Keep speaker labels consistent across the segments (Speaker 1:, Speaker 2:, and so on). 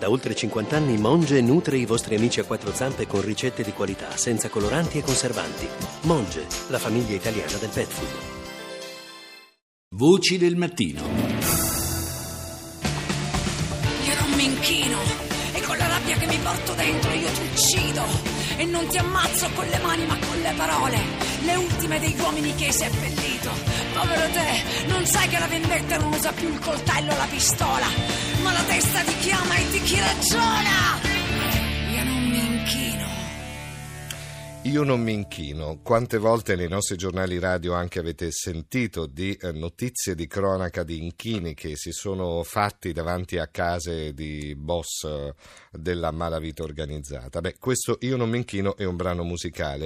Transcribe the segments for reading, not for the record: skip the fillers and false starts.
Speaker 1: Da oltre 50 anni Monge nutre i vostri amici a quattro zampe con ricette di qualità, senza coloranti e conservanti. Monge, la famiglia italiana del pet food.
Speaker 2: Voci del mattino.
Speaker 3: Io non mi inchino e con la rabbia che mi porto dentro io ti uccido e non ti ammazzo con le mani ma con le parole, le ultime degli uomini che hai seppellito. Povero te, non sai che la vendetta non usa più il coltello o la pistola, ma la testa di chi ama e di chi ragiona. Io non mi inchino.
Speaker 4: Io non mi inchino. Quante volte nei nostri giornali radio anche avete sentito di notizie di cronaca di inchini che si sono fatti davanti a case di boss della malavita organizzata. Questo Io non mi inchino è un brano musicale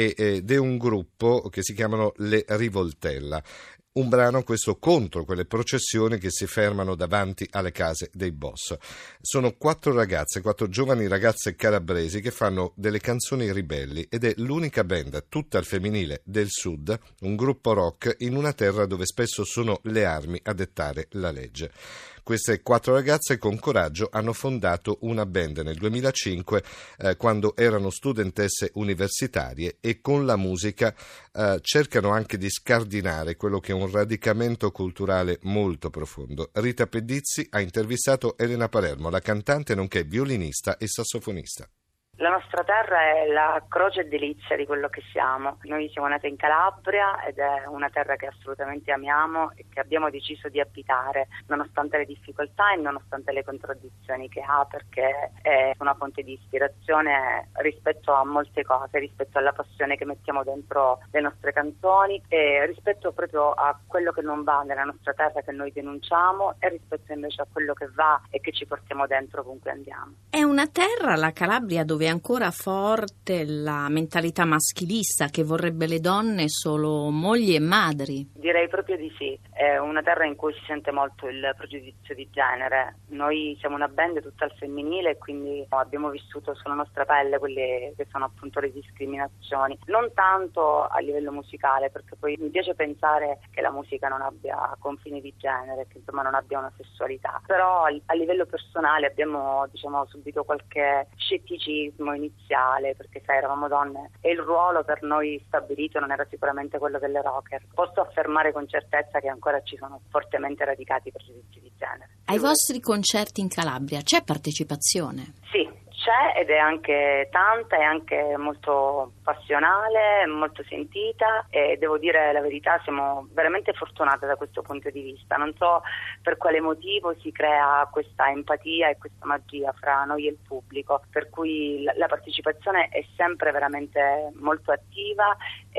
Speaker 4: ed è un gruppo che si chiamano Le Rivoltella. Un brano questo contro quelle processioni che si fermano davanti alle case dei boss. Sono quattro giovani ragazze calabresi che fanno delle canzoni ribelli ed è l'unica band tutta al femminile del sud, un gruppo rock in una terra dove spesso sono le armi a dettare la legge. Queste quattro ragazze con coraggio hanno fondato una band nel 2005 quando erano studentesse universitarie e con la musica cercano anche di scardinare quello che è un radicamento culturale molto profondo. Rita Pedizzi ha intervistato Elena Palermo, la cantante nonché violinista e sassofonista.
Speaker 5: La nostra terra è la croce e delizia di quello che siamo. Noi siamo nate in Calabria ed è una terra che assolutamente amiamo e che abbiamo deciso di abitare, nonostante le difficoltà e nonostante le contraddizioni che ha, perché è una fonte di ispirazione rispetto a molte cose, rispetto alla passione che mettiamo dentro le nostre canzoni e rispetto proprio a quello che non va nella nostra terra che noi denunciamo e rispetto invece a quello che va e che ci portiamo dentro ovunque andiamo.
Speaker 6: È una terra, la Calabria, dove è ancora forte la mentalità maschilista che vorrebbe le donne solo mogli e madri.
Speaker 5: Direi proprio di sì, è una terra in cui si sente molto il pregiudizio di genere. Noi siamo una band tutta al femminile e quindi abbiamo vissuto sulla nostra pelle quelle che sono appunto le discriminazioni, non tanto a livello musicale, perché poi mi piace pensare che la musica non abbia confini di genere, che insomma non abbia una sessualità, però a livello personale abbiamo subito qualche scetticismo iniziale, perché sai, eravamo donne e il ruolo per noi stabilito non era sicuramente quello delle rocker. Posso affermare con certezza che ancora ci sono fortemente radicati pregiudizi di genere.
Speaker 6: Ai vostri concerti in Calabria c'è partecipazione?
Speaker 5: Sì, c'è ed è anche tanta, è anche molto passionale, molto sentita e devo dire la verità, siamo veramente fortunate da questo punto di vista. Non so per quale motivo si crea questa empatia e questa magia fra noi e il pubblico, per cui la partecipazione è sempre veramente molto attiva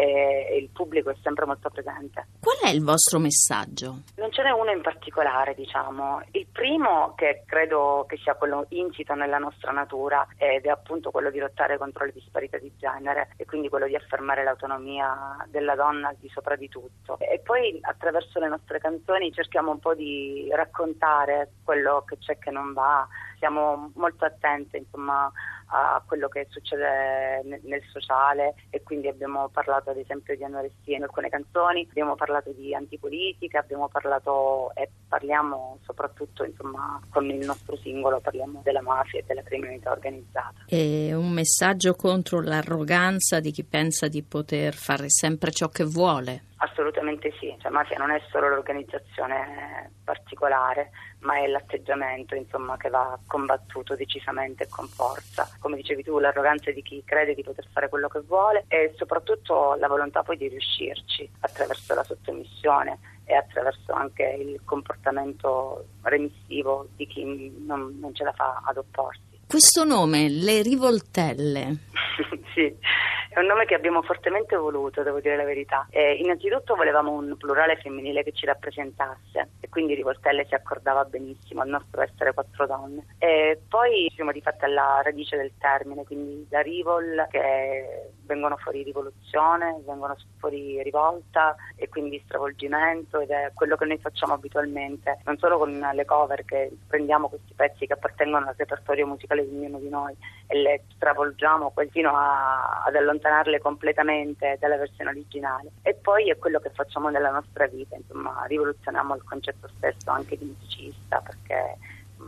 Speaker 5: e il pubblico è sempre molto presente.
Speaker 6: Qual è il vostro messaggio?
Speaker 5: Non ce n'è uno in particolare, diciamo. Il primo, che credo che sia quello insito nella nostra natura, ed è appunto quello di lottare contro le disparità di genere e quindi quello di affermare l'autonomia della donna al di sopra di tutto. E poi attraverso le nostre canzoni cerchiamo un po' di raccontare quello che c'è che non va. Siamo molto attente insomma a quello che succede nel sociale e quindi abbiamo parlato ad esempio di anoressia in alcune canzoni, abbiamo parlato di antipolitica, abbiamo parlato e parliamo soprattutto insomma con il nostro singolo parliamo della mafia e della criminalità organizzata.
Speaker 6: È un messaggio contro l'arroganza di chi pensa di poter fare sempre ciò che vuole.
Speaker 5: Assolutamente sì, mafia non è solo l'organizzazione particolare, ma è l'atteggiamento insomma che va combattuto decisamente e con forza. Come dicevi tu, l'arroganza di chi crede di poter fare quello che vuole e soprattutto la volontà poi di riuscirci attraverso la sottomissione e attraverso anche il comportamento remissivo di chi non ce la fa ad opporsi.
Speaker 6: Questo nome, Le Rivoltelle.
Speaker 5: Sì, è un nome che abbiamo fortemente voluto, devo dire la verità. Innanzitutto volevamo un plurale femminile che ci rappresentasse e quindi Rivoltelle si accordava benissimo al nostro essere quattro donne. E poi siamo di fatto alla radice del termine, quindi da rivol, che vengono fuori rivoluzione, vengono fuori rivolta e quindi stravolgimento, ed è quello che noi facciamo abitualmente, non solo con le cover, che prendiamo questi pezzi che appartengono al repertorio musicale di ognuno di noi e le stravolgiamo fino ad allontanarle completamente dalla versione originale, e poi è quello che facciamo nella nostra vita, insomma rivoluzioniamo il concetto stesso anche di musicista, perché insomma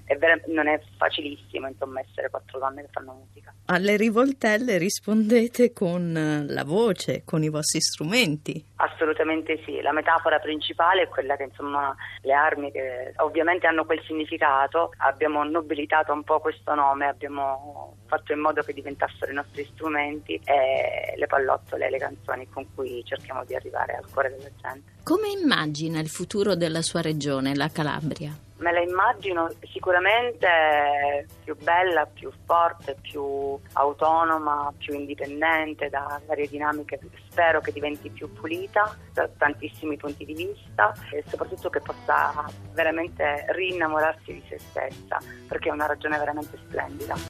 Speaker 5: non è facilissimo, insomma, essere 4 donne che fanno musica.
Speaker 6: Alle rivoltelle rispondete con la voce, con i vostri strumenti.
Speaker 5: Assolutamente sì, la metafora principale è quella che, insomma, le armi che ovviamente hanno quel significato, abbiamo nobilitato un po' questo nome, abbiamo fatto in modo che diventassero i nostri strumenti e le pallottole, le canzoni con cui cerchiamo di arrivare al cuore della gente.
Speaker 6: Come immagina il futuro della sua regione, la Calabria?
Speaker 5: Me la immagino sicuramente più bella, più forte, più autonoma, più indipendente da varie dinamiche. Spero che diventi più pulita da tantissimi punti di vista e soprattutto che possa veramente rinnamorarsi di se stessa, perché è una regione veramente splendida.